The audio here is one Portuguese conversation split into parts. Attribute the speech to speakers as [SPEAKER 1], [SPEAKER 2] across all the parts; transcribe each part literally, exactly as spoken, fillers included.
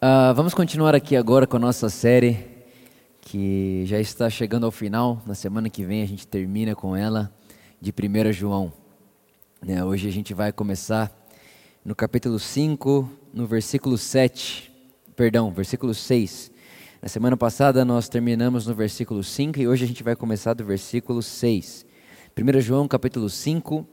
[SPEAKER 1] Uh, vamos continuar aqui agora com a nossa série, que já está chegando ao final. Na semana que vem a gente termina com ela, de primeiro João. Né, hoje a gente vai começar no capítulo cinco, no versículo sete, perdão, versículo seis. Na semana passada nós terminamos no versículo cinco e hoje a gente vai começar do versículo seis. primeiro João capítulo cinco,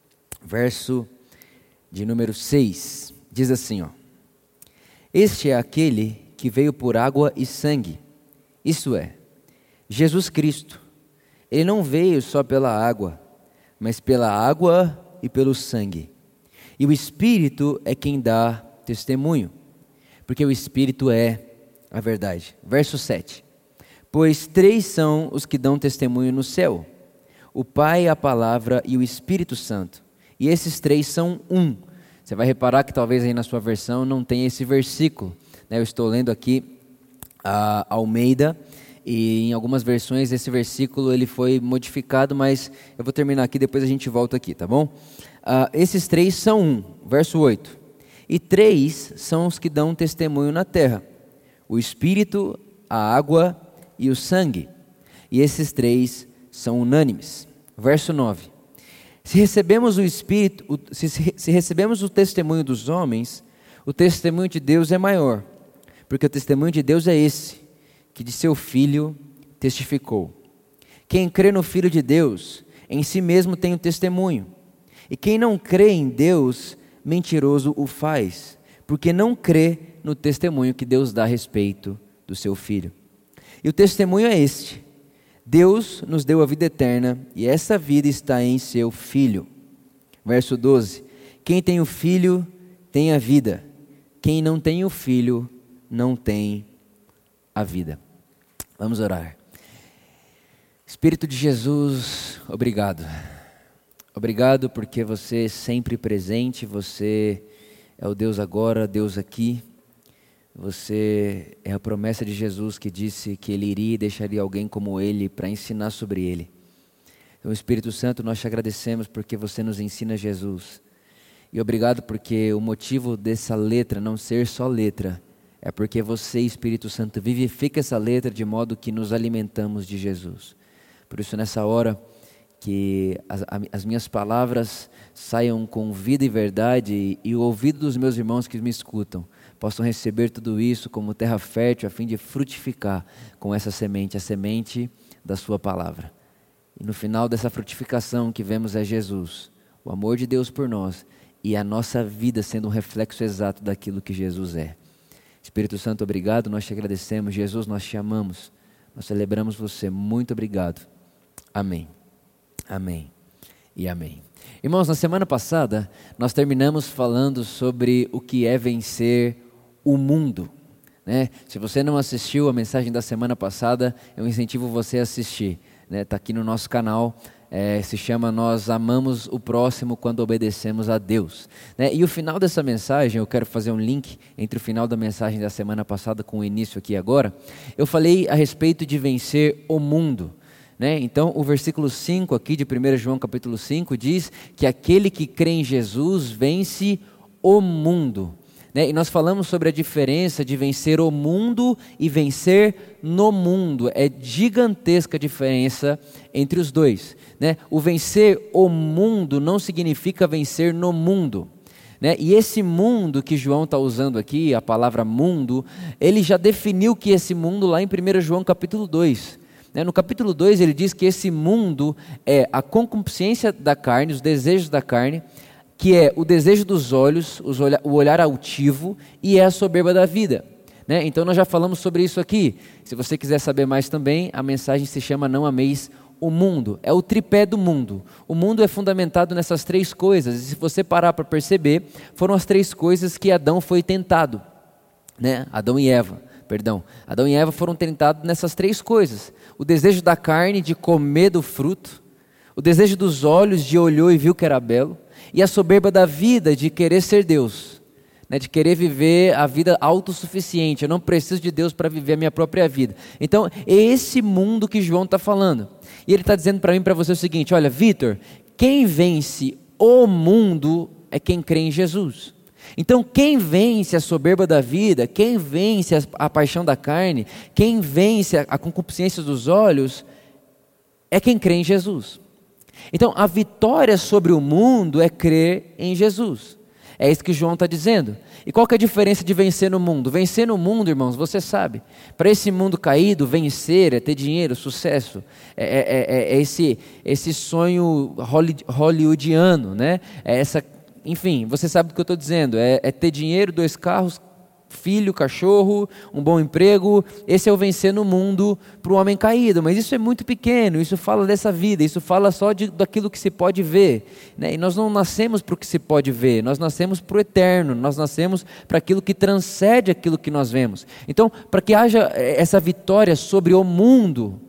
[SPEAKER 1] verso de número seis, diz assim, ó: Este é aquele que veio por água e sangue, isto é, Jesus Cristo. Ele não veio só pela água, mas pela água e pelo sangue. E o Espírito é quem dá testemunho, porque o Espírito é a verdade. Verso sete: Pois três são os que dão testemunho no céu: o Pai, a Palavra e o Espírito Santo. E esses três são um. Você vai reparar que talvez aí na sua versão não tenha esse versículo, né? Eu estou lendo aqui a Almeida, e em algumas versões esse versículo ele foi modificado, mas eu vou terminar aqui, depois a gente volta aqui, tá bom? Uh, esses três são um, verso oito. E três são os que dão testemunho na terra: o Espírito, a água e o sangue. E esses três são unânimes. Verso nove. Se recebemos o Espírito, o, se, se recebemos o testemunho dos homens, o testemunho de Deus é maior, porque o testemunho de Deus é esse, que de seu Filho testificou. Quem crê no Filho de Deus, em si mesmo tem o testemunho. E quem não crê em Deus, mentiroso o faz, porque não crê no testemunho que Deus dá a respeito do seu Filho. E o testemunho é este: Deus nos deu a vida eterna, e essa vida está em seu Filho. Verso doze. Quem tem o Filho, tem a vida. Quem não tem o Filho, não tem a vida. Vamos orar. Espírito de Jesus, obrigado. Obrigado porque você é sempre presente, você é o Deus agora, Deus aqui. Você é a promessa de Jesus que disse que Ele iria e deixaria alguém como Ele para ensinar sobre Ele. Então, Espírito Santo, nós te agradecemos porque você nos ensina Jesus. E obrigado porque o motivo dessa letra não ser só letra, é porque você, Espírito Santo, vivifica essa letra de modo que nos alimentamos de Jesus. Por isso, nessa hora, que as, as minhas palavras saiam com vida e verdade, e, e o ouvido dos meus irmãos que me escutam possam receber tudo isso como terra fértil, a fim de frutificar com essa semente, a semente da sua palavra. E no final dessa frutificação que vemos é Jesus, o amor de Deus por nós, e a nossa vida sendo um reflexo exato daquilo que Jesus é. Espírito Santo, obrigado, nós te agradecemos. Jesus, nós te amamos, nós celebramos você. Muito obrigado. Amém. Amém e amém. Irmãos, na semana passada nós terminamos falando sobre o que é vencer o mundo, né? Se você não assistiu a mensagem da semana passada, eu incentivo você a assistir, né? Está aqui no nosso canal, é, se chama Nós Amamos o Próximo Quando Obedecemos a Deus, né? E o final dessa mensagem, eu quero fazer um link entre o final da mensagem da semana passada com o início aqui agora. Eu falei a respeito de vencer o mundo, né? Então o versículo cinco aqui de primeiro João capítulo cinco diz que aquele que crê em Jesus vence o mundo, né? E nós falamos sobre a diferença de vencer o mundo e vencer no mundo. É gigantesca a diferença entre os dois, né? O vencer o mundo não significa vencer no mundo, né? E esse mundo que João está usando aqui, a palavra mundo, ele já definiu que esse mundo lá em primeiro João capítulo dois. No capítulo dois ele diz que esse mundo é a concupiscência da carne, os desejos da carne, que é o desejo dos olhos, o olhar altivo, e é a soberba da vida, né? Então nós já falamos sobre isso aqui. Se você quiser saber mais também, a mensagem se chama Não Ameis o Mundo. É o tripé do mundo. O mundo é fundamentado nessas três coisas, e se você parar para perceber, foram as três coisas que Adão foi tentado, né? Adão e Eva. Perdão, Adão e Eva foram tentados nessas três coisas: o desejo da carne de comer do fruto, o desejo dos olhos de olhou e viu que era belo, e a soberba da vida de querer ser Deus, né, de querer viver a vida autossuficiente. Eu não preciso de Deus para viver a minha própria vida. Então é esse mundo que João está falando, e ele está dizendo para mim e para você o seguinte: olha, Vitor, quem vence o mundo é quem crê em Jesus. Então quem vence a soberba da vida, quem vence a, a paixão da carne, quem vence a, a concupiscência dos olhos, é quem crê em Jesus. Então a vitória sobre o mundo é crer em Jesus. É isso que João está dizendo. E qual que é a diferença de vencer no mundo? Vencer no mundo, irmãos, você sabe. Para esse mundo caído, vencer é ter dinheiro, sucesso. É, é, é, é esse, esse sonho hollywoodiano, né? É essa, enfim, você sabe do que eu estou dizendo. É, é ter dinheiro, dois carros, filho, cachorro, um bom emprego. Esse é o vencer no mundo para o homem caído. Mas isso é muito pequeno, isso fala dessa vida, isso fala só de, daquilo que se pode ver, né? E nós não nascemos para o que se pode ver, nós nascemos para o eterno, nós nascemos para aquilo que transcende aquilo que nós vemos. Então, para que haja essa vitória sobre o mundo,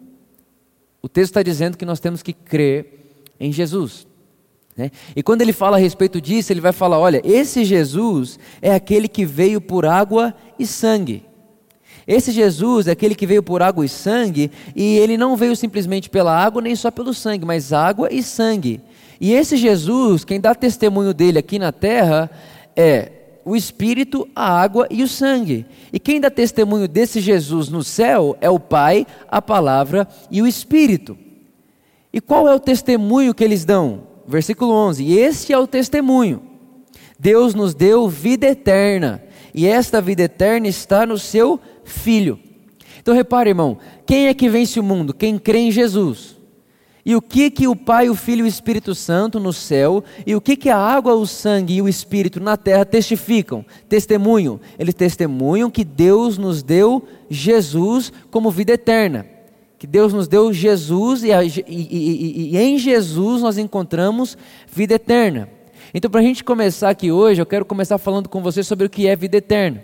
[SPEAKER 1] o texto está dizendo que nós temos que crer em Jesus. Né? E quando ele fala a respeito disso, ele vai falar, olha, esse Jesus é aquele que veio por água e sangue. Esse Jesus é aquele que veio por água e sangue, e ele não veio simplesmente pela água, nem só pelo sangue, mas água e sangue. E esse Jesus, quem dá testemunho dele aqui na terra, é o Espírito, a água e o sangue. E quem dá testemunho desse Jesus no céu é o Pai, a Palavra e o Espírito. E qual é o testemunho que eles dão? Versículo onze, e este é o testemunho, Deus nos deu vida eterna, e esta vida eterna está no seu Filho. Então repare, irmão, quem é que vence o mundo? Quem crê em Jesus. E o que que o Pai, o Filho e o Espírito Santo no céu, e o que que a água, o sangue e o Espírito na terra testificam? Testemunham, eles testemunham que Deus nos deu Jesus como vida eterna. Que Deus nos deu Jesus e, e, e, e em Jesus nós encontramos vida eterna. Então, para a gente começar aqui hoje, eu quero começar falando com você sobre o que é vida eterna.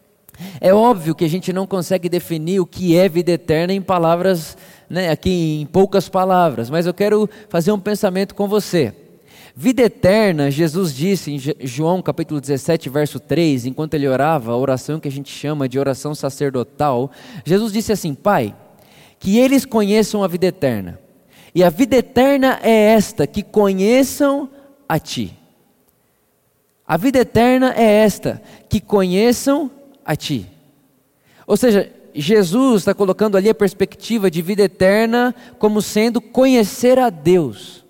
[SPEAKER 1] É óbvio que a gente não consegue definir o que é vida eterna em palavras, né, aqui em poucas palavras, mas eu quero fazer um pensamento com você. Vida eterna, Jesus disse em João capítulo dezessete, verso três, enquanto ele orava, a oração que a gente chama de oração sacerdotal, Jesus disse assim, Pai, que eles conheçam a vida eterna. E a vida eterna é esta, que conheçam a Ti. A vida eterna é esta, que conheçam a Ti. Ou seja, Jesus está colocando ali a perspectiva de vida eterna como sendo conhecer a Deus.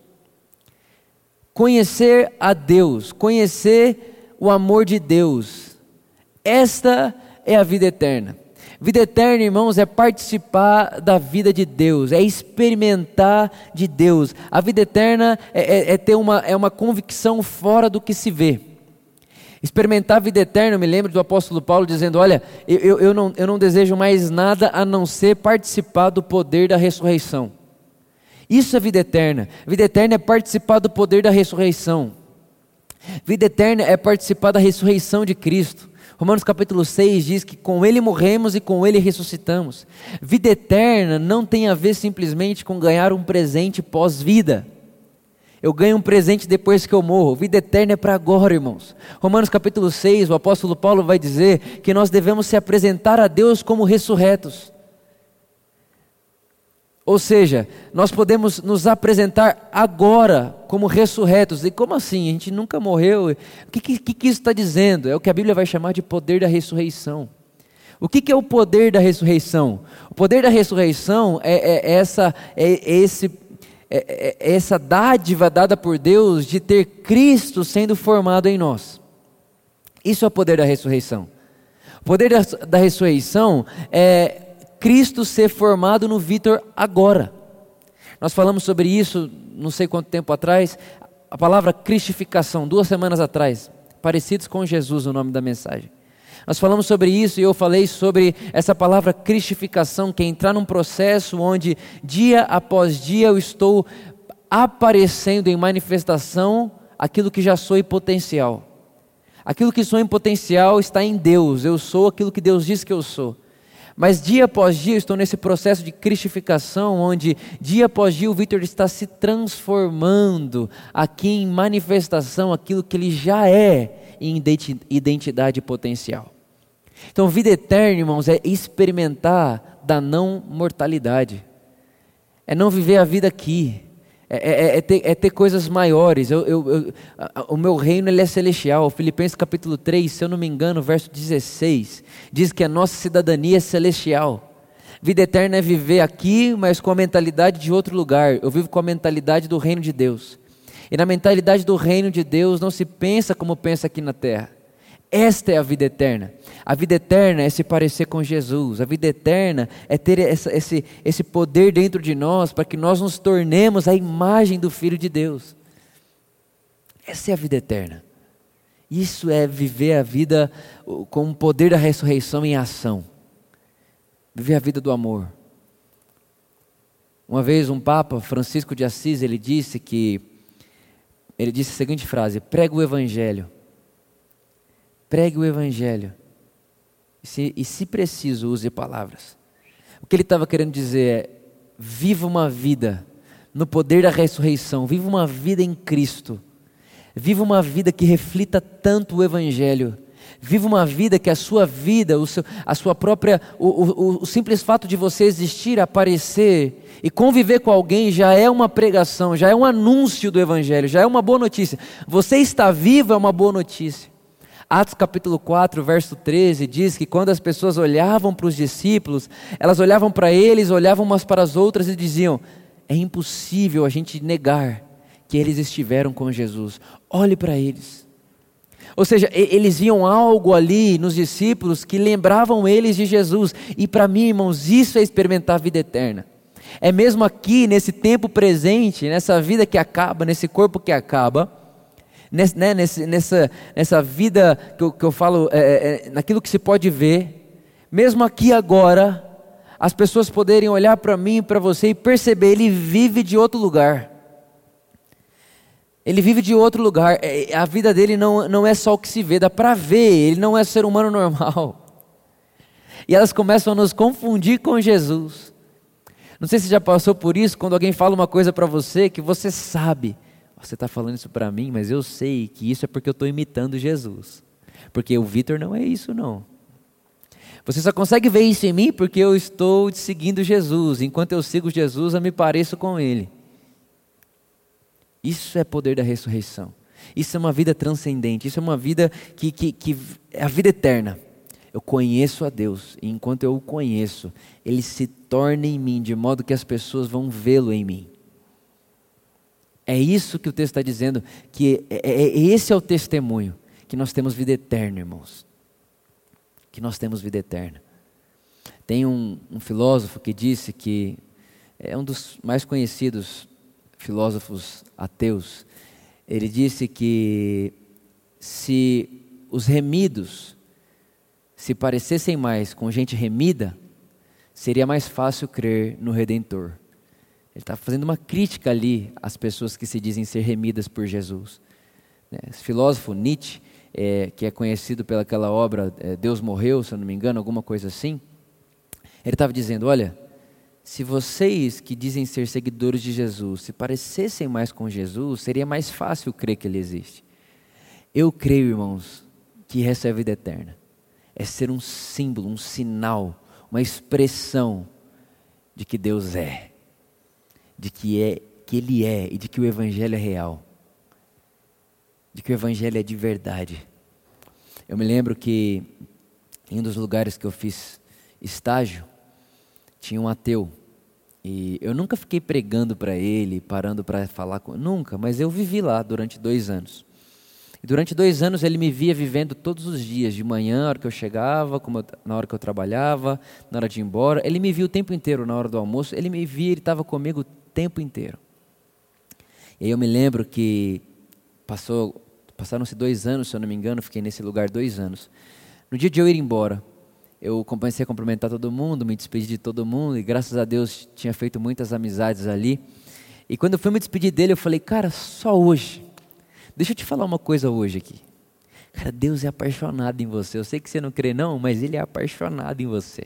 [SPEAKER 1] Conhecer a Deus, conhecer o amor de Deus. Esta é a vida eterna. Vida eterna, irmãos, é participar da vida de Deus, é experimentar de Deus. A vida eterna é, é, é ter uma, é uma convicção fora do que se vê. Experimentar a vida eterna, eu me lembro do apóstolo Paulo dizendo, olha, eu, eu, eu, não, eu não desejo mais nada a não ser participar do poder da ressurreição. Isso é vida eterna. Vida eterna é participar do poder da ressurreição. Vida eterna é participar da ressurreição de Cristo. Romanos capítulo seis diz que com Ele morremos e com Ele ressuscitamos. Vida eterna não tem a ver simplesmente com ganhar um presente pós-vida. Eu ganho um presente depois que eu morro. Vida eterna é para agora, irmãos. Romanos capítulo seis, o apóstolo Paulo vai dizer que nós devemos se apresentar a Deus como ressurretos. Ou seja, nós podemos nos apresentar agora como ressurretos. E como assim? A gente nunca morreu. O que, que, que isso está dizendo? É o que a Bíblia vai chamar de poder da ressurreição. O que, que é o poder da ressurreição? O poder da ressurreição é, é, essa, é, esse, é, é essa dádiva dada por Deus de ter Cristo sendo formado em nós. Isso é o poder da ressurreição. O poder da, da ressurreição é Cristo ser formado no Vitor agora. Nós falamos sobre isso não sei quanto tempo atrás, a palavra cristificação, duas semanas atrás, parecidos com Jesus o nome da mensagem. Nós falamos sobre isso e eu falei sobre essa palavra cristificação, que é entrar num processo onde dia após dia eu estou aparecendo em manifestação aquilo que já sou em potencial. Aquilo que sou em potencial está em Deus, eu sou aquilo que Deus diz que eu sou. Mas dia após dia eu estou nesse processo de cristificação, onde dia após dia o Victor está se transformando aqui em manifestação aquilo que ele já é em identidade potencial. Então vida eterna, irmãos, é experimentar da não mortalidade. É não viver a vida aqui. é, é, é, ter, é ter coisas maiores. Eu, eu, eu, a, o meu reino ele é celestial. Filipenses capítulo três, se eu não me engano, verso dezesseis, diz que a nossa cidadania é celestial. Vida eterna é viver aqui, mas com a mentalidade de outro lugar. Eu vivo com a mentalidade do reino de Deus. E na mentalidade do reino de Deus não se pensa como pensa aqui na terra. Esta é a vida eterna. A vida eterna é se parecer com Jesus. A vida eterna é ter essa, esse, esse poder dentro de nós para que nós nos tornemos a imagem do Filho de Deus. Essa é a vida eterna. Isso é viver a vida com o poder da ressurreição em ação. Viver a vida do amor. Uma vez um Papa, Francisco de Assis, ele disse que, ele disse a seguinte frase: prega o Evangelho. Pregue o Evangelho. E se, e se preciso, use palavras. O que ele estava querendo dizer é: viva uma vida no poder da ressurreição. Viva uma vida em Cristo. Viva uma vida que reflita tanto o Evangelho. Viva uma vida que a sua vida, o seu, a sua própria, o, o, o simples fato de você existir, aparecer e conviver com alguém já é uma pregação, já é um anúncio do Evangelho, já é uma boa notícia. Você está vivo é uma boa notícia. Atos capítulo quatro, verso treze, diz que quando as pessoas olhavam para os discípulos, elas olhavam para eles, olhavam umas para as outras e diziam: é impossível a gente negar que eles estiveram com Jesus. Olhe para eles. Ou seja, eles viam algo ali nos discípulos que lembravam eles de Jesus. E para mim, irmãos, isso é experimentar a vida eterna. É mesmo aqui, nesse tempo presente, nessa vida que acaba, nesse corpo que acaba, nesse, né, nesse, nessa, nessa vida que eu, que eu falo, é, é, naquilo que se pode ver, mesmo aqui agora, as pessoas poderem olhar para mim e para você e perceber, ele vive de outro lugar. Ele vive de outro lugar. A vida dele não, não é só o que se vê, dá para ver. Ele não é ser humano normal. E elas começam a nos confundir com Jesus. Não sei se já passou por isso, quando alguém fala uma coisa para você que você sabe. Você está falando isso para mim, mas eu sei que isso é porque eu estou imitando Jesus. Porque o Vitor não é isso não. Você só consegue ver isso em mim porque eu estou seguindo Jesus. Enquanto eu sigo Jesus, eu me pareço com Ele. Isso é poder da ressurreição. Isso é uma vida transcendente. Isso é uma vida que, que, que é a vida eterna. Eu conheço a Deus. E enquanto eu o conheço, Ele se torna em mim, de modo que as pessoas vão vê-lo em mim. É isso que o texto está dizendo. Que é, é, esse é o testemunho. Que nós temos vida eterna, irmãos. Que nós temos vida eterna. Tem um, um filósofo que disse que é um dos mais conhecidos filósofos ateus. Ele disse que se os remidos se parecessem mais com gente remida, seria mais fácil crer no Redentor. Ele está fazendo uma crítica ali às pessoas que se dizem ser remidas por Jesus. Esse filósofo Nietzsche, é, que é conhecido pelaquela obra é, Deus Morreu, se eu não me engano, alguma coisa assim, ele estava dizendo: olha, se vocês que dizem ser seguidores de Jesus se parecessem mais com Jesus, seria mais fácil crer que Ele existe. Eu creio, irmãos, que essa é a vida eterna. É ser um símbolo, um sinal, uma expressão de que Deus é, de que, é, que Ele é e de que o Evangelho é real, de que o Evangelho é de verdade. Eu me lembro que em um dos lugares que eu fiz estágio, tinha um ateu, e eu nunca fiquei pregando para ele, parando para falar com ele, nunca, mas eu vivi lá durante dois anos. E durante dois anos ele me via vivendo todos os dias, de manhã, na hora que eu chegava, como eu, na hora que eu trabalhava, na hora de ir embora. Ele me via o tempo inteiro, na hora do almoço, ele me via, ele estava comigo o tempo inteiro. E aí eu me lembro que passou, passaram-se dois anos, se eu não me engano, fiquei nesse lugar dois anos. No dia de eu ir embora, eu comecei a cumprimentar todo mundo, me despedi de todo mundo, e graças a Deus tinha feito muitas amizades ali. E quando eu fui me despedir dele, eu falei: cara, só hoje, deixa eu te falar uma coisa hoje aqui. Cara, Deus é apaixonado em você. Eu sei que você não crê não, mas Ele é apaixonado em você.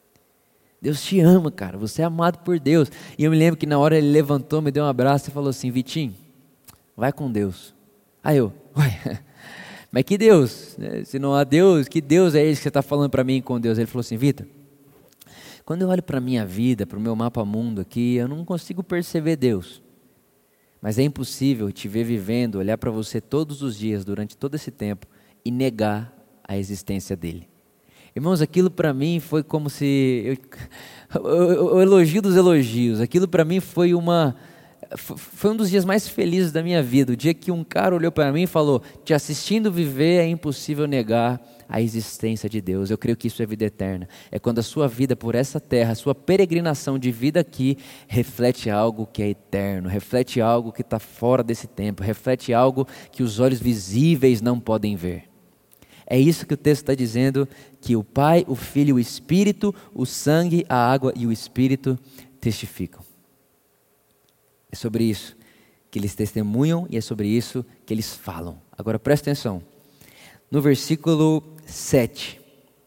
[SPEAKER 1] Deus te ama, cara, você é amado por Deus. E eu me lembro que na hora ele levantou, me deu um abraço e falou assim: Vitinho, vai com Deus. Aí eu, ué... Mas que Deus? Se não há Deus, que Deus é esse que você está falando para mim com Deus? Ele falou assim: Vitor, quando eu olho para a minha vida, para o meu mapa mundo aqui, eu não consigo perceber Deus. Mas é impossível te ver vivendo, olhar para você todos os dias, durante todo esse tempo, e negar a existência dele. Irmãos, aquilo para mim foi como se... Eu, o, o elogio dos elogios, aquilo para mim foi uma... Foi um dos dias mais felizes da minha vida, o dia que um cara olhou para mim e falou: te assistindo viver é impossível negar a existência de Deus. Eu creio que isso é vida eterna. É quando a sua vida por essa terra, a sua peregrinação de vida aqui, reflete algo que é eterno, reflete algo que está fora desse tempo, reflete algo que os olhos visíveis não podem ver. É isso que o texto está dizendo, que o Pai, o Filho e o Espírito, o sangue, a água e o Espírito testificam. É sobre isso que eles testemunham e é sobre isso que eles falam. Agora presta atenção, no versículo sete.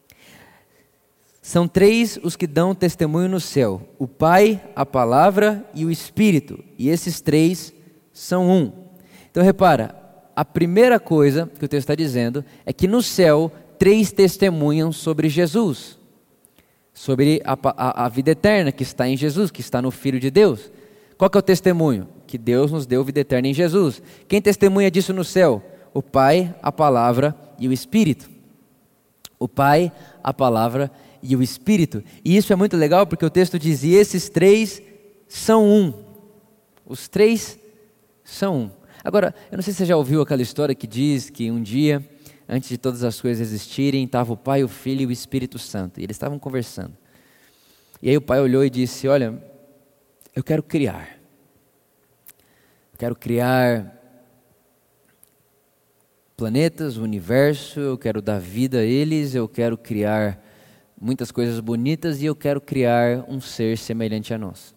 [SPEAKER 1] São três os que dão testemunho no céu: o Pai, a Palavra e o Espírito. E esses três são um. Então repara, a primeira coisa que o texto está dizendo é que no céu três testemunham sobre Jesus, sobre a, a, a vida eterna que está em Jesus, que está no Filho de Deus. Qual que é o testemunho? Que Deus nos deu vida eterna em Jesus. Quem testemunha disso no céu? O Pai, a Palavra e o Espírito. O Pai, a Palavra e o Espírito. E isso é muito legal porque o texto diz: e esses três são um. Os três são um. Agora, eu não sei se você já ouviu aquela história que diz que um dia, antes de todas as coisas existirem, estava o Pai, o Filho e o Espírito Santo. E eles estavam conversando. E aí o Pai olhou e disse: olha, eu quero criar. Eu quero criar planetas, o universo, eu quero dar vida a eles, eu quero criar muitas coisas bonitas e eu quero criar um ser semelhante a nós.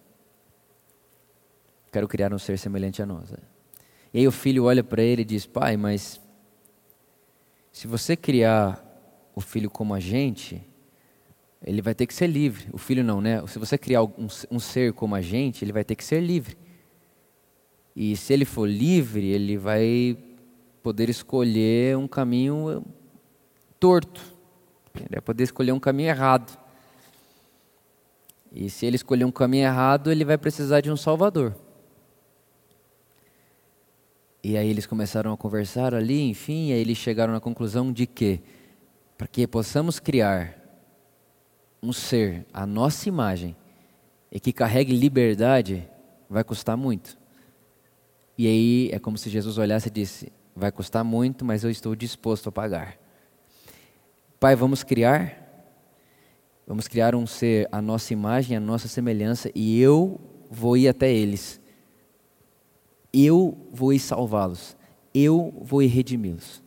[SPEAKER 1] Quero criar um ser semelhante a nós. E aí o filho olha para ele e diz: pai, mas se você criar o filho como a gente, ele vai ter que ser livre. O filho não, né? Se você criar um, um ser como a gente, ele vai ter que ser livre. E se ele for livre, ele vai poder escolher um caminho torto. Ele vai poder escolher um caminho errado. E se ele escolher um caminho errado, ele vai precisar de um salvador. E aí eles começaram a conversar ali, enfim, e aí eles chegaram na conclusão de que, para que possamos criar um ser à nossa imagem e que carregue liberdade, vai custar muito. E aí é como se Jesus olhasse e disse: vai custar muito, mas eu estou disposto a pagar. Pai, vamos criar, vamos criar um ser à nossa imagem, à nossa semelhança, e eu vou ir até eles. Eu vou ir salvá-los. Eu vou ir redimi-los.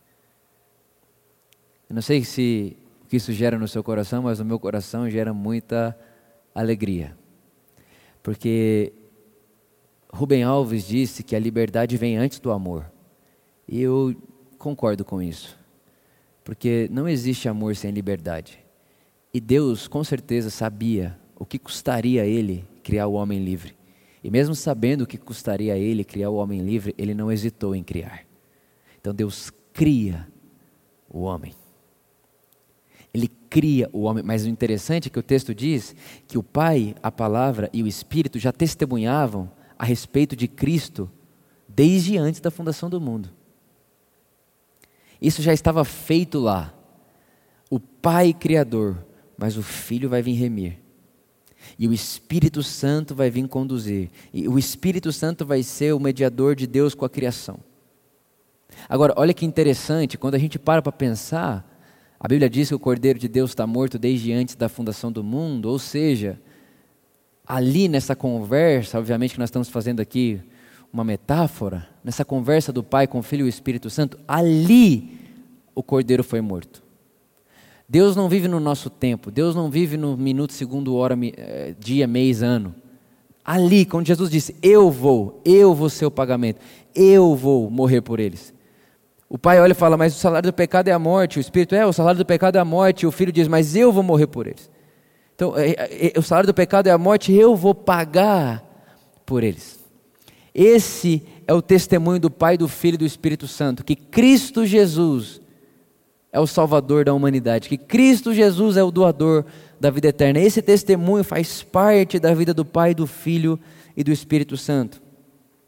[SPEAKER 1] Eu não sei se o que isso gera no seu coração, mas no meu coração gera muita alegria. Porque Rubem Alves disse que a liberdade vem antes do amor. E eu concordo com isso. Porque não existe amor sem liberdade. E Deus com certeza sabia o que custaria a Ele criar o homem livre. E mesmo sabendo o que custaria a Ele criar o homem livre, Ele não hesitou em criar. Então Deus cria o homem. Ele cria o homem, mas o interessante é que o texto diz que o Pai, a Palavra e o Espírito já testemunhavam a respeito de Cristo desde antes da fundação do mundo. Isso já estava feito lá. O Pai Criador, mas o Filho vai vir remir. E o Espírito Santo vai vir conduzir. E o Espírito Santo vai ser o mediador de Deus com a criação. Agora, olha que interessante, quando a gente para para pensar, a Bíblia diz que o Cordeiro de Deus está morto desde antes da fundação do mundo, ou seja, ali nessa conversa, obviamente que nós estamos fazendo aqui uma metáfora, nessa conversa do Pai com o Filho e o Espírito Santo, ali o Cordeiro foi morto. Deus não vive no nosso tempo, Deus não vive no minuto, segundo, hora, dia, mês, ano. Ali, quando Jesus disse: eu vou, eu vou ser o pagamento, eu vou morrer por eles. O pai olha e fala: mas o salário do pecado é a morte. O Espírito: é, o salário do pecado é a morte. E o Filho diz: mas eu vou morrer por eles. Então, é, é, o salário do pecado é a morte, eu vou pagar por eles. Esse é o testemunho do Pai, do Filho e do Espírito Santo, que Cristo Jesus é o Salvador da humanidade, que Cristo Jesus é o doador da vida eterna. Esse testemunho faz parte da vida do Pai, do Filho e do Espírito Santo.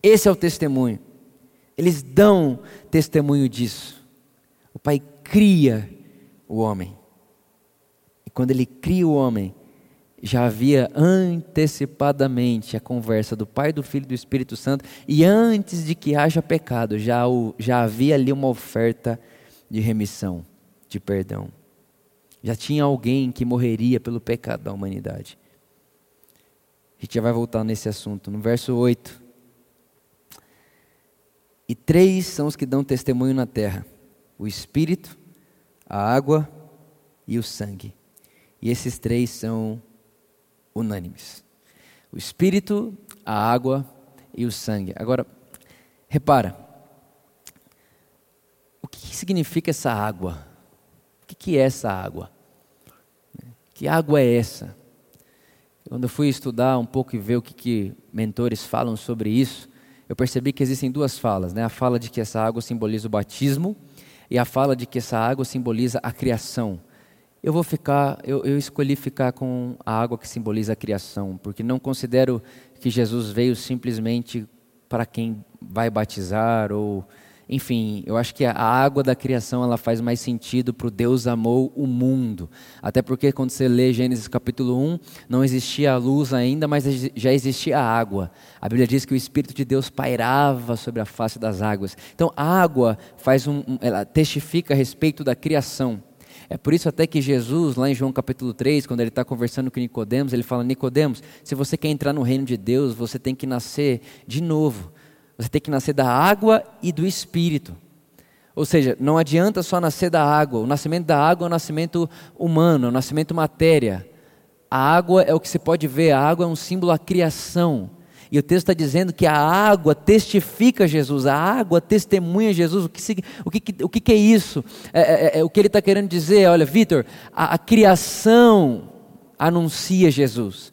[SPEAKER 1] Esse é o testemunho. Eles dão testemunho disso. O Pai cria o homem. E quando Ele cria o homem, já havia antecipadamente a conversa do Pai, do Filho e do Espírito Santo. E antes de que haja pecado, já, o, já havia ali uma oferta de remissão, de perdão. Já tinha alguém que morreria pelo pecado da humanidade. A gente já vai voltar nesse assunto. No verso oito. E três são os que dão testemunho na terra: o Espírito, a água e o sangue. E esses três são unânimes: o Espírito, a água e o sangue. Agora, repara, o que significa essa água? O que é essa água? Que água é essa? Quando eu fui estudar um pouco e ver o que, que mentores falam sobre isso, eu percebi que existem duas falas, né? A fala de que essa água simboliza o batismo e a fala de que essa água simboliza a criação. Eu vou ficar, eu, eu escolhi ficar com a água que simboliza a criação, porque não considero que Jesus veio simplesmente para quem vai batizar, ou, enfim, eu acho que a água da criação ela faz mais sentido para o Deus amou o mundo. Até porque quando você lê Gênesis capítulo um, não existia a luz ainda, mas já existia a água. A Bíblia diz que o Espírito de Deus pairava sobre a face das águas. Então a água faz um, um, ela testifica a respeito da criação. É por isso até que Jesus, lá em João capítulo três, quando ele está conversando com Nicodemos, ele fala: Nicodemos, se você quer entrar no reino de Deus, você tem que nascer de novo. Você tem que nascer da água e do Espírito. Ou seja, não adianta só nascer da água. O nascimento da água é o nascimento humano, é o nascimento matéria. A água é o que se pode ver, a água é um símbolo da criação. E o texto está dizendo que a água testifica Jesus, a água testemunha Jesus. O que, o que, o que é isso? É, é, é, o que ele está querendo dizer, olha, Vitor, a, a criação anuncia Jesus.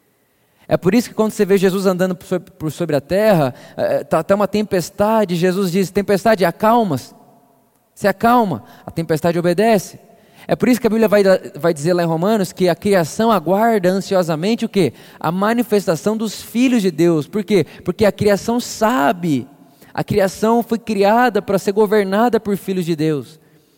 [SPEAKER 1] É por isso que quando você vê Jesus andando por sobre, por sobre a terra, está até uma tempestade, Jesus diz: tempestade, acalma-se, se acalma, a tempestade obedece. É por isso que a Bíblia vai, vai dizer lá em Romanos que a criação aguarda ansiosamente o quê? A manifestação dos filhos de Deus. Por quê? Porque a criação sabe, a criação foi criada para ser governada por filhos de Deus.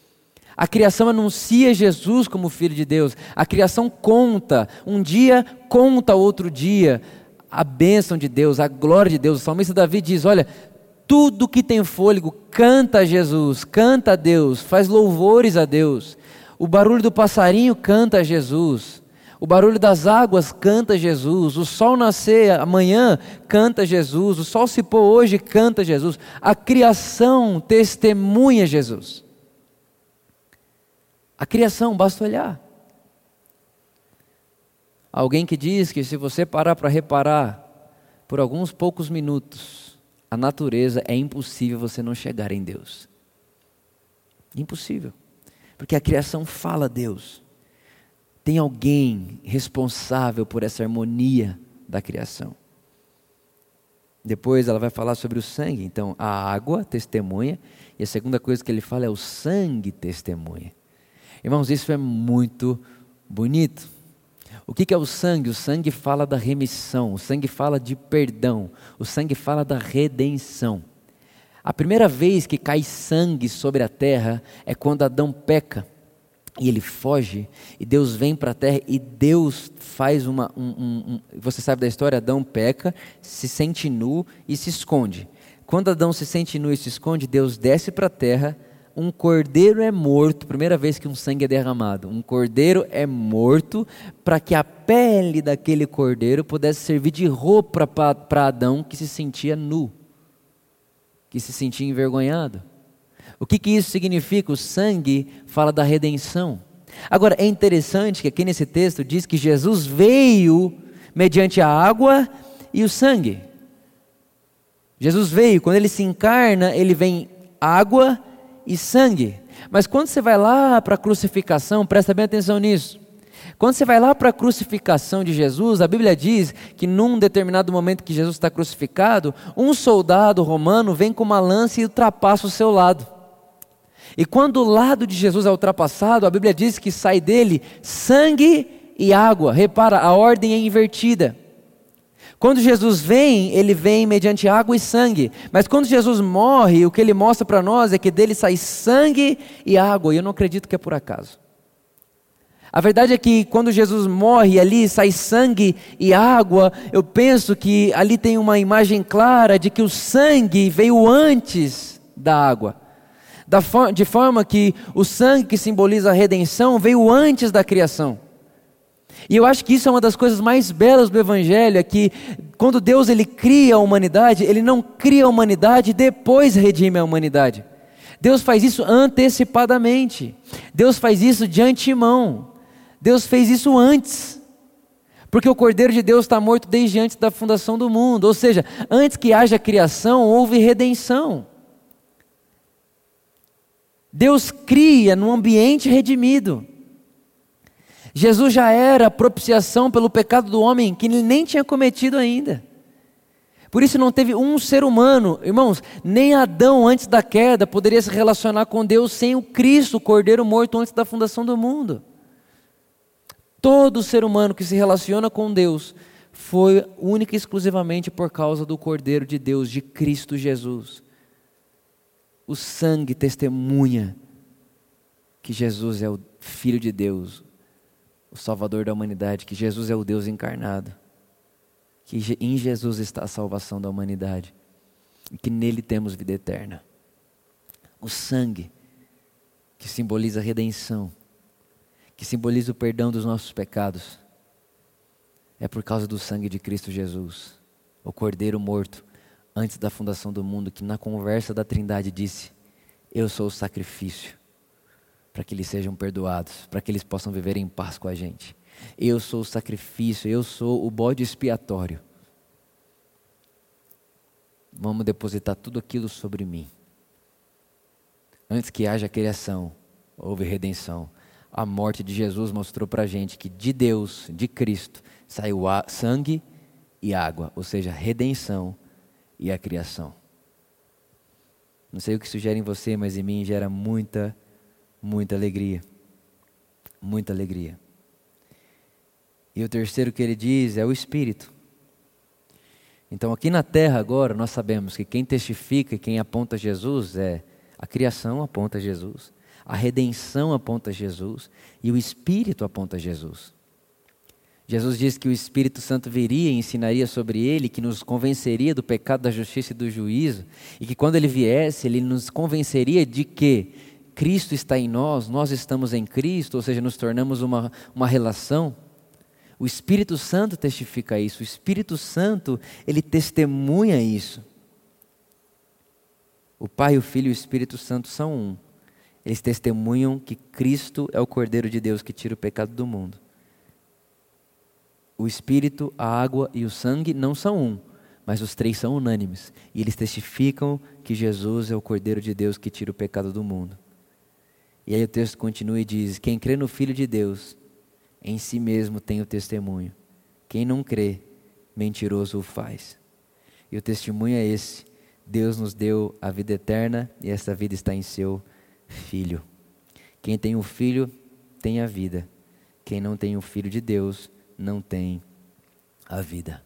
[SPEAKER 1] A criação anuncia Jesus como Filho de Deus. A criação conta, um dia conta outro dia, a bênção de Deus, a glória de Deus. O salmista Davi diz: olha, tudo que tem fôlego canta a Jesus, canta a Deus, faz louvores a Deus. O barulho do passarinho canta a Jesus. O barulho das águas canta a Jesus. O sol nascer amanhã canta a Jesus. O sol se pôr hoje canta a Jesus. A criação testemunha Jesus. A criação, basta olhar. Alguém que diz que se você parar para reparar por alguns poucos minutos a natureza, é impossível você não chegar em Deus. Impossível. Porque a criação fala a Deus. Tem alguém responsável por essa harmonia da criação. Depois ela vai falar sobre o sangue. Então a água testemunha, e a segunda coisa que ele fala é o sangue testemunha. Irmãos, isso é muito bonito. O que é o sangue? O sangue fala da remissão, o sangue fala de perdão, o sangue fala da redenção. A primeira vez que cai sangue sobre a terra é quando Adão peca e ele foge, e Deus vem para a terra e Deus faz uma... Um, um, um, você sabe da história, Adão peca, se sente nu e se esconde. Quando Adão se sente nu e se esconde, Deus desce para a terra. Um cordeiro é morto, primeira vez que um sangue é derramado, um cordeiro é morto para que a pele daquele cordeiro pudesse servir de roupa para Adão que se sentia nu, que se sentia envergonhado. O que, que isso significa? O sangue fala da redenção. Agora é interessante que aqui nesse texto diz que Jesus veio mediante a água e o sangue. Jesus veio, quando ele se encarna, ele vem água e sangue. Mas quando você vai lá para a crucificação, presta bem atenção nisso. Quando você vai lá para a crucificação de Jesus, a Bíblia diz que num determinado momento que Jesus está crucificado, um soldado romano vem com uma lança e ultrapassa o seu lado. E quando o lado de Jesus é ultrapassado, a Bíblia diz que sai dele sangue e água. Repara, a ordem é invertida. Quando Jesus vem, ele vem mediante água e sangue. Mas quando Jesus morre, o que ele mostra para nós é que dele sai sangue e água. E eu não acredito que é por acaso. A verdade é que quando Jesus morre ali, sai sangue e água. Eu penso que ali tem uma imagem clara de que o sangue veio antes da água. Da for- de forma que o sangue que simboliza a redenção veio antes da criação. E eu acho que isso é uma das coisas mais belas do Evangelho, é que quando Deus ele cria a humanidade, Ele não cria a humanidade e depois redime a humanidade. Deus faz isso antecipadamente. Deus faz isso de antemão. Deus fez isso antes. Porque o Cordeiro de Deus está morto desde antes da fundação do mundo. Ou seja, antes que haja criação, houve redenção. Deus cria num ambiente redimido. Jesus já era propiciação pelo pecado do homem que ele nem tinha cometido ainda. Por isso não teve um ser humano, irmãos, nem Adão antes da queda poderia se relacionar com Deus sem o Cristo, o Cordeiro morto antes da fundação do mundo. Todo ser humano que se relaciona com Deus foi única e exclusivamente por causa do Cordeiro de Deus, de Cristo Jesus. O sangue testemunha que Jesus é o Filho de Deus, o Salvador da humanidade, que Jesus é o Deus encarnado, que em Jesus está a salvação da humanidade, e que nele temos vida eterna. O sangue, que simboliza a redenção, que simboliza o perdão dos nossos pecados, é por causa do sangue de Cristo Jesus, o Cordeiro morto, antes da fundação do mundo, que na conversa da Trindade disse: eu sou o sacrifício, para que eles sejam perdoados, para que eles possam viver em paz com a gente. Eu sou o sacrifício, eu sou o bode expiatório. Vamos depositar tudo aquilo sobre mim. Antes que haja criação, houve redenção. A morte de Jesus mostrou para a gente que de Deus, de Cristo, saiu sangue e água, ou seja, redenção e a criação. Não sei o que isso gera em você, mas em mim gera muita Muita alegria, muita alegria. E o terceiro que ele diz é o Espírito. Então aqui na terra agora nós sabemos que quem testifica e quem aponta Jesus é a criação aponta Jesus, a redenção aponta Jesus e o Espírito aponta Jesus. Jesus disse que o Espírito Santo viria e ensinaria sobre ele, que nos convenceria do pecado, da justiça e do juízo, e que quando ele viesse, ele nos convenceria de que Cristo está em nós, nós estamos em Cristo, ou seja, nos tornamos uma, uma relação. O Espírito Santo testifica isso, o Espírito Santo, ele testemunha isso. O Pai, o Filho e o Espírito Santo são um. Eles testemunham que Cristo é o Cordeiro de Deus que tira o pecado do mundo. O Espírito, a água e o sangue não são um, mas os três são unânimes. E eles testificam que Jesus é o Cordeiro de Deus que tira o pecado do mundo. E aí o texto continua e diz: quem crê no Filho de Deus, em si mesmo tem o testemunho. Quem não crê, mentiroso o faz. E o testemunho é esse: Deus nos deu a vida eterna e essa vida está em seu Filho. Quem tem o Filho, tem a vida. Quem não tem o Filho de Deus, não tem a vida.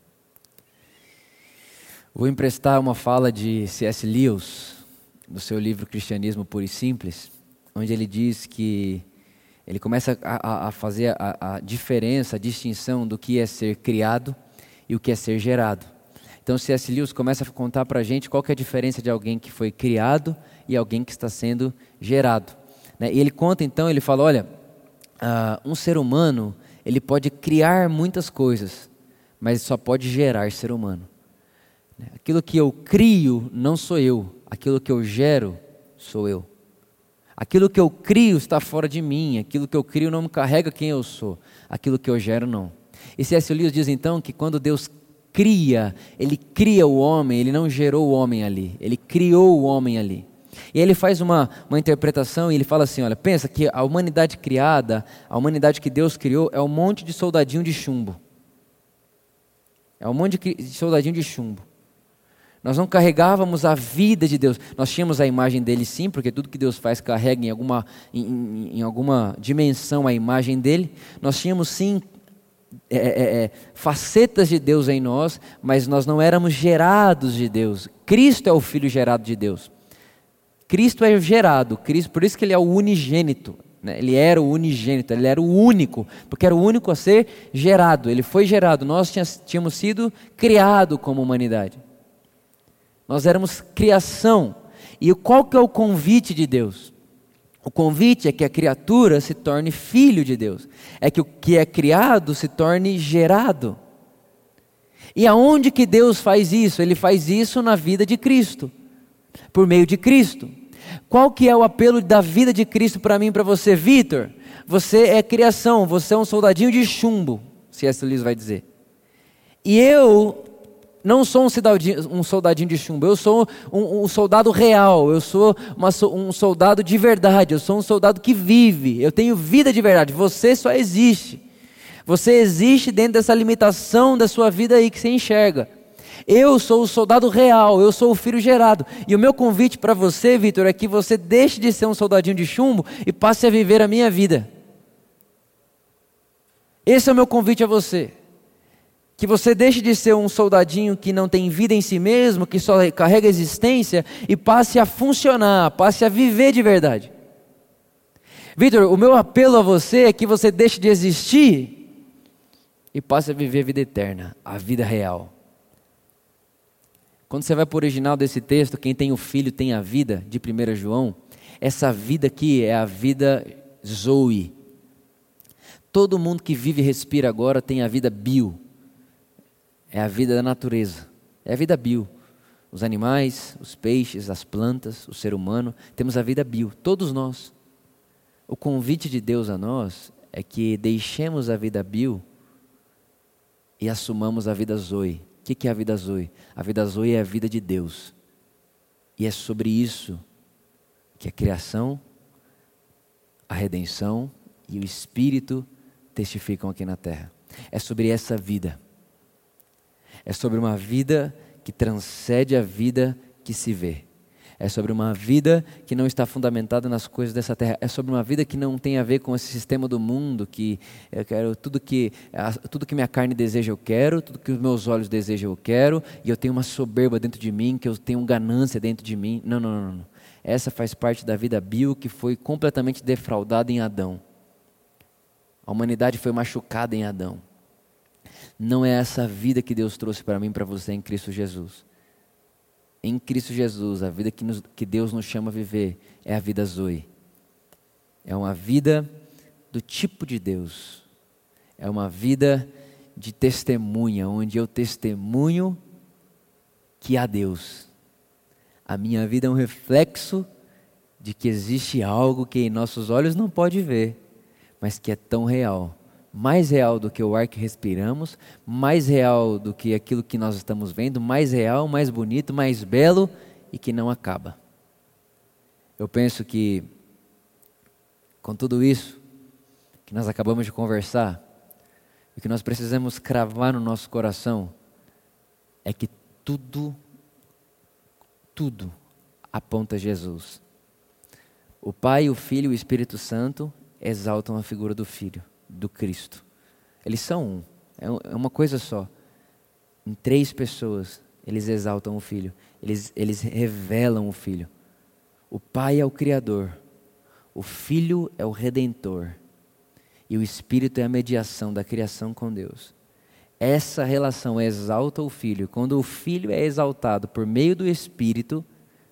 [SPEAKER 1] Vou emprestar uma fala de C S Lewis, no seu livro Cristianismo Puro e Simples, onde ele diz que ele começa a, a fazer a, a diferença, a distinção do que é ser criado e o que é ser gerado. Então C S Lewis começa a contar para a gente qual que é a diferença de alguém que foi criado e alguém que está sendo gerado. Né? E ele conta então, ele fala, olha, uh, um ser humano, ele pode criar muitas coisas, mas só pode gerar ser humano. Aquilo que eu crio não sou eu, aquilo que eu gero sou eu. Aquilo que eu crio está fora de mim, aquilo que eu crio não me carrega quem eu sou, aquilo que eu gero não. E C S Lewis diz então que quando Deus cria, Ele cria o homem, Ele não gerou o homem ali, Ele criou o homem ali. E aí ele faz uma, uma interpretação e ele fala assim, olha, pensa que a humanidade criada, a humanidade que Deus criou é um monte de soldadinho de chumbo. É um monte de soldadinho de chumbo. Nós não carregávamos a vida de Deus. Nós tínhamos a imagem dele sim, porque tudo que Deus faz carrega em alguma, em, em alguma dimensão a imagem dele. Nós tínhamos sim é, é, é, facetas de Deus em nós, mas nós não éramos gerados de Deus. Cristo é o Filho gerado de Deus. Cristo é gerado, Cristo, por isso que Ele é o unigênito, né? Ele era o unigênito, Ele era o único, porque era o único a ser gerado. Ele foi gerado, nós tínhamos sido criados como humanidade. Nós éramos criação. E qual que é o convite de Deus? O convite é que a criatura se torne filho de Deus. É que o que é criado se torne gerado. E aonde que Deus faz isso? Ele faz isso na vida de Cristo, por meio de Cristo. Qual que é o apelo da vida de Cristo para mim e para você, Vitor? Você é criação, você é um soldadinho de chumbo, C S Lewis vai dizer. E eu não sou um soldadinho, um soldadinho de chumbo, eu sou um, um soldado real, eu sou uma, um soldado de verdade, eu sou um soldado que vive, eu tenho vida de verdade. Você só existe, você existe dentro dessa limitação da sua vida aí que você enxerga. Eu sou o soldado real, eu sou o filho gerado, e o meu convite para você, Vitor, é que você deixe de ser um soldadinho de chumbo e passe a viver a minha vida. Esse é o meu convite a você. Que você deixe de ser um soldadinho que não tem vida em si mesmo, que só carrega existência, e passe a funcionar, passe a viver de verdade. Vitor, o meu apelo a você é que você deixe de existir e passe a viver a vida eterna, a vida real. Quando você vai para o original desse texto, quem tem o Filho tem a vida, de primeiro João, essa vida aqui é a vida Zoe. Todo mundo que vive e respira agora tem a vida bio. É a vida da natureza, é a vida bio. Os animais, os peixes, as plantas, o ser humano, temos a vida bio, todos nós. O convite de Deus a nós é que deixemos a vida bio e assumamos a vida Zoe. O que é a vida Zoe? A vida Zoe é a vida de Deus. E é sobre isso que a criação, a redenção e o Espírito testificam aqui na terra. É sobre essa vida. É sobre uma vida que transcende a vida que se vê. É sobre uma vida que não está fundamentada nas coisas dessa terra. É sobre uma vida que não tem a ver com esse sistema do mundo, que eu quero tudo que, tudo que minha carne deseja eu quero, tudo que os meus olhos desejam eu quero, e eu tenho uma soberba dentro de mim, que eu tenho ganância dentro de mim. Não, não, não, não. Essa faz parte da vida bio que foi completamente defraudada em Adão. A humanidade foi machucada em Adão. Não é essa vida que Deus trouxe para mim e para você em Cristo Jesus. Em Cristo Jesus, a vida que, nos, que Deus nos chama a viver é a vida Zoe. É uma vida do tipo de Deus. É uma vida de testemunha, onde eu testemunho que há Deus. A minha vida é um reflexo de que existe algo que em nossos olhos não pode ver, mas que é tão real. Mais real do que o ar que respiramos, mais real do que aquilo que nós estamos vendo, mais real, mais bonito, mais belo e que não acaba. Eu penso que, com tudo isso que nós acabamos de conversar, o que nós precisamos cravar no nosso coração é que tudo, tudo aponta a Jesus. O Pai, o Filho e o Espírito Santo exaltam a figura do Filho, do Cristo. Eles são um, é uma coisa só. Em três pessoas, eles exaltam o Filho, eles, eles revelam o Filho. O Pai é o Criador, o Filho é o Redentor, e o Espírito é a mediação da criação com Deus. Essa relação exalta o Filho. Quando o Filho é exaltado por meio do Espírito,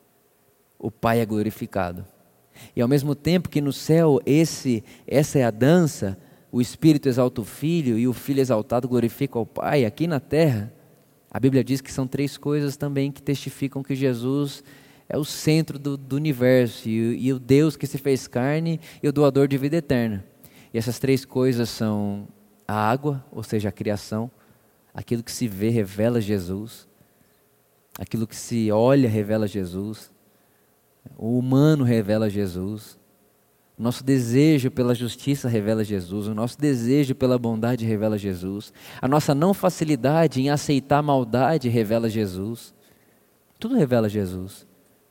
[SPEAKER 1] o Pai é glorificado. E ao mesmo tempo que no céu esse, essa é a dança, o Espírito exalta o Filho e o Filho exaltado glorifica o Pai. Aqui na terra, a Bíblia diz que são três coisas também que testificam que Jesus é o centro do, do universo e, e o Deus que se fez carne e o doador de vida eterna. E essas três coisas são a água, ou seja, a criação, aquilo que se vê revela Jesus, aquilo que se olha revela Jesus, o humano revela Jesus, o nosso desejo pela justiça revela Jesus, o nosso desejo pela bondade revela Jesus, a nossa não facilidade em aceitar a maldade revela Jesus, tudo revela Jesus.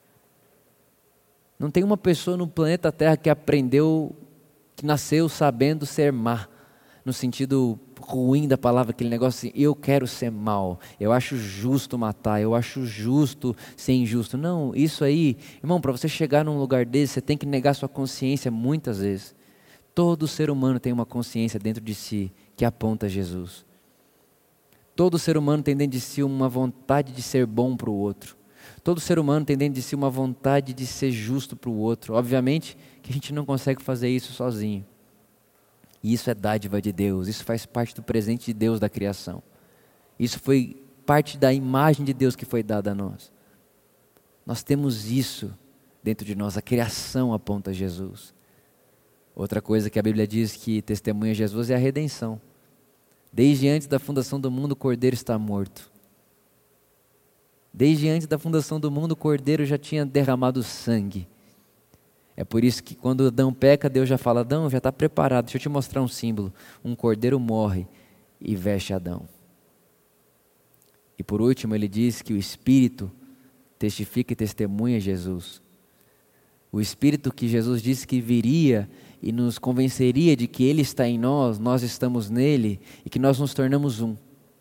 [SPEAKER 1] Não tem uma pessoa no planeta Terra que aprendeu, que nasceu sabendo ser má. no sentido ruim da palavra, aquele negócio assim, eu quero ser mal, eu acho justo matar, eu acho justo ser injusto. Não, isso aí, irmão, para você chegar num lugar desse, você tem que negar sua consciência muitas vezes. Todo ser humano tem uma consciência dentro de si que aponta a Jesus. Todo ser humano tem dentro de si uma vontade de ser bom para o outro. Todo ser humano tem dentro de si uma vontade de ser justo para o outro. Obviamente que a gente não consegue fazer isso sozinho. E isso é dádiva de Deus, isso faz parte do presente de Deus da criação. Isso foi parte da imagem de Deus que foi dada a nós. Nós temos isso dentro de nós, a criação aponta a Jesus. Outra coisa que a Bíblia diz que testemunha Jesus é a redenção. Desde antes da fundação do mundo, o Cordeiro está morto. Desde antes da fundação do mundo, o Cordeiro já tinha derramado sangue. É por isso que quando Adão peca, Deus já fala, Adão, já está preparado, deixa eu te mostrar um símbolo. Um cordeiro morre e veste Adão. E por último, ele diz que o Espírito testifica e testemunha Jesus. O Espírito que Jesus disse que viria e nos convenceria de que Ele está em nós, nós estamos nele e que nós nos tornamos um.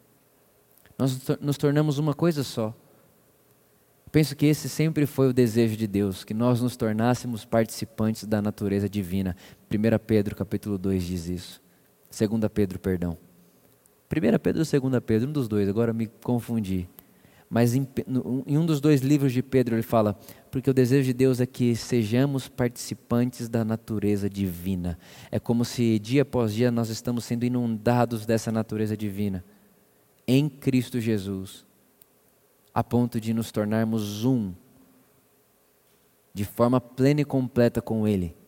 [SPEAKER 1] Nós nos tornamos uma coisa só. Penso que esse sempre foi o desejo de Deus, que nós nos tornássemos participantes da natureza divina. primeira Pedro capítulo dois diz isso. segunda Pedro, perdão. primeira Pedro ou segunda Pedro, um dos dois, agora me confundi. Mas em, em um dos dois livros de Pedro ele fala, porque o desejo de Deus é que sejamos participantes da natureza divina. É como se dia após dia nós estamos sendo inundados dessa natureza divina. Em Cristo Jesus. A ponto de nos tornarmos um, de forma plena e completa com Ele.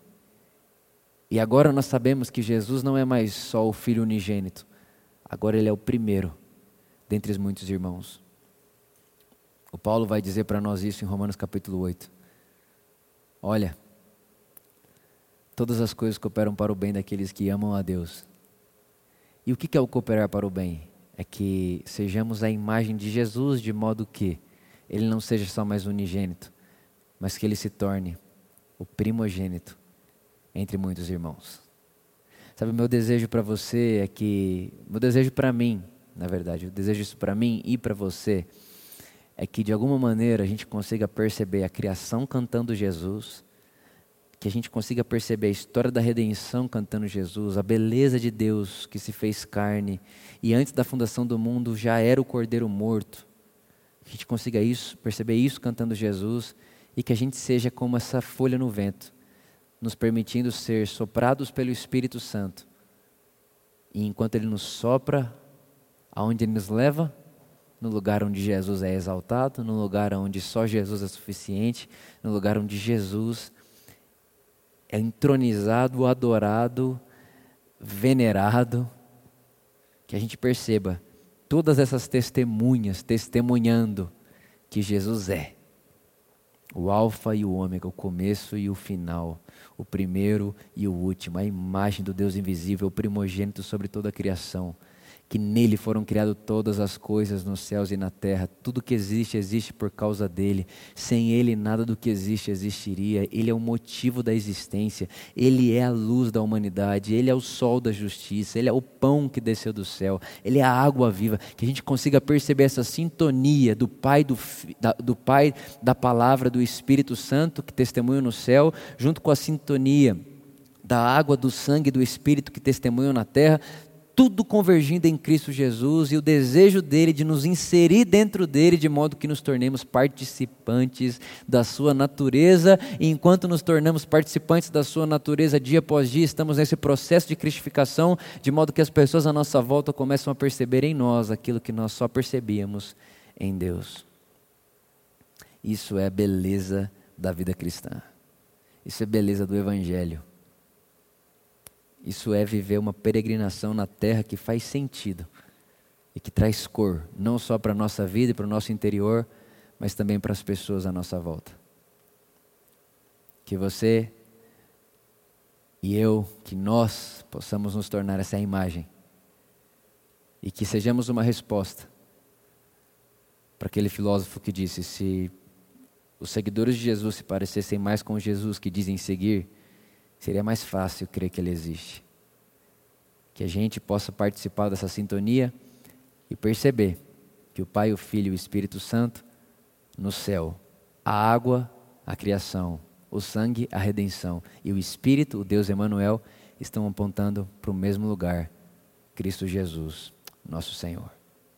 [SPEAKER 1] E agora nós sabemos que Jesus não é mais só o Filho unigênito, agora Ele é o primeiro, dentre os muitos irmãos. O Paulo vai dizer para nós isso em Romanos capítulo oito. Olha, todas as coisas cooperam para o bem daqueles que amam a Deus. E o que é o cooperar para o bem? É que sejamos a imagem de Jesus, de modo que Ele não seja só mais unigênito, mas que Ele se torne o primogênito entre muitos irmãos. Sabe, o meu desejo para você é que, meu desejo para mim, na verdade, eu desejo isso para mim e para você, é que de alguma maneira a gente consiga perceber a criação cantando Jesus, que a gente consiga perceber a história da redenção cantando Jesus, a beleza de Deus que se fez carne e antes da fundação do mundo já era o Cordeiro morto. Que a gente consiga isso, perceber isso cantando Jesus e que a gente seja como essa folha no vento, nos permitindo ser soprados pelo Espírito Santo. E enquanto Ele nos sopra, aonde Ele nos leva? No lugar onde Jesus é exaltado, no lugar onde só Jesus é suficiente, no lugar onde Jesus é entronizado, adorado, venerado, que a gente perceba todas essas testemunhas testemunhando que Jesus é o alfa e o ômega, o começo e o final, o primeiro e o último, a imagem do Deus invisível, o primogênito sobre toda a criação, que nele foram criadas todas as coisas nos céus e na terra. Tudo que existe, existe por causa dele. Sem ele, nada do que existe existiria. Ele é o motivo da existência. Ele é a luz da humanidade. Ele é o sol da justiça. Ele é o pão que desceu do céu. Ele é a água viva. Que a gente consiga perceber essa sintonia do Pai, do, da, do Pai, da Palavra, do Espírito Santo que testemunha no céu, junto com a sintonia da água, do sangue, do Espírito que testemunham na terra, tudo convergindo em Cristo Jesus e o desejo dele de nos inserir dentro dele de modo que nos tornemos participantes da sua natureza e enquanto nos tornamos participantes da sua natureza dia após dia, estamos nesse processo de cristificação de modo que as pessoas à nossa volta começam a perceber em nós aquilo que nós só percebíamos em Deus. Isso é a beleza da vida cristã. Isso é beleza do Evangelho. Isso é viver uma peregrinação na terra que faz sentido e que traz cor, não só para a nossa vida e para o nosso interior, mas também para as pessoas à nossa volta. Que você e eu, que nós possamos nos tornar essa imagem e que sejamos uma resposta para aquele filósofo que disse, se os seguidores de Jesus se parecessem mais com Jesus que dizem seguir, seria mais fácil crer que Ele existe. que a gente possa participar dessa sintonia e perceber que o Pai, o Filho e o Espírito Santo, no céu, a água, a criação, o sangue, a redenção, e o Espírito, o Deus Emanuel, estão apontando para o mesmo lugar, Cristo Jesus, nosso Senhor.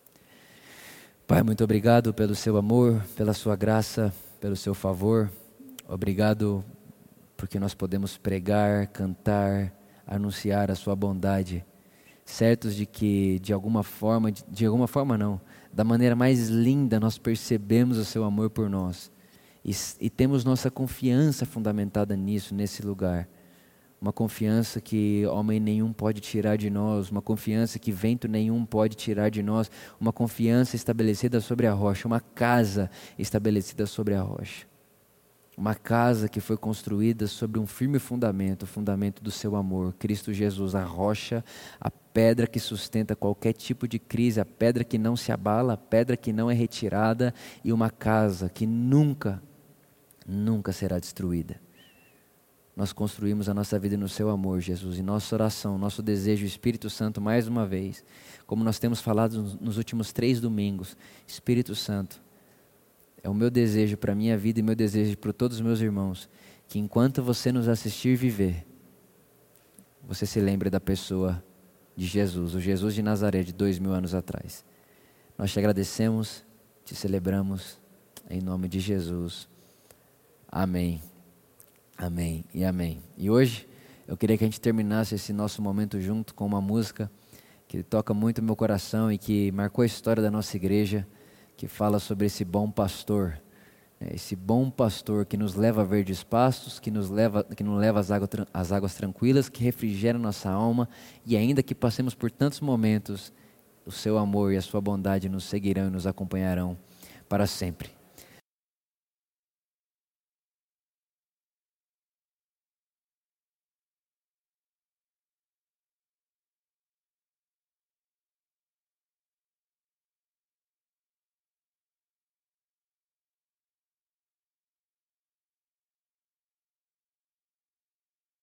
[SPEAKER 1] Pai, muito obrigado pelo seu amor, pela sua graça, pelo seu favor. Obrigado porque nós podemos pregar, cantar, anunciar a sua bondade, certos de que de alguma forma, de, de alguma forma não, da maneira mais linda nós percebemos o seu amor por nós e, e temos nossa confiança fundamentada nisso, nesse lugar. Uma confiança que homem nenhum pode tirar de nós, uma confiança que vento nenhum pode tirar de nós, uma confiança estabelecida sobre a rocha, uma casa estabelecida sobre a rocha. Uma casa que foi construída sobre um firme fundamento, o fundamento do seu amor, Cristo Jesus, a rocha, a pedra que sustenta qualquer tipo de crise, a pedra que não se abala, a pedra que não é retirada e uma casa que nunca, nunca será destruída. Nós construímos a nossa vida no seu amor, Jesus, e nossa oração, nosso desejo, Espírito Santo, mais uma vez, como nós temos falado nos últimos três domingos, Espírito Santo, é o meu desejo para a minha vida e meu desejo para todos os meus irmãos, que enquanto você nos assistir viver, você se lembre da pessoa de Jesus, o Jesus de Nazaré de dois mil anos atrás. Nós te agradecemos, te celebramos, em nome de Jesus. Amém. Amém e amém. E hoje eu queria que a gente terminasse esse nosso momento junto com uma música que toca muito meu coração e que marcou a história da nossa igreja, que fala sobre esse bom pastor, né? Esse bom pastor que nos leva a verdes pastos, que nos leva, que nos leva às águas, às águas tranquilas, que refrigera nossa alma, e ainda que passemos por tantos momentos, o seu amor e a sua bondade nos seguirão e nos acompanharão para sempre.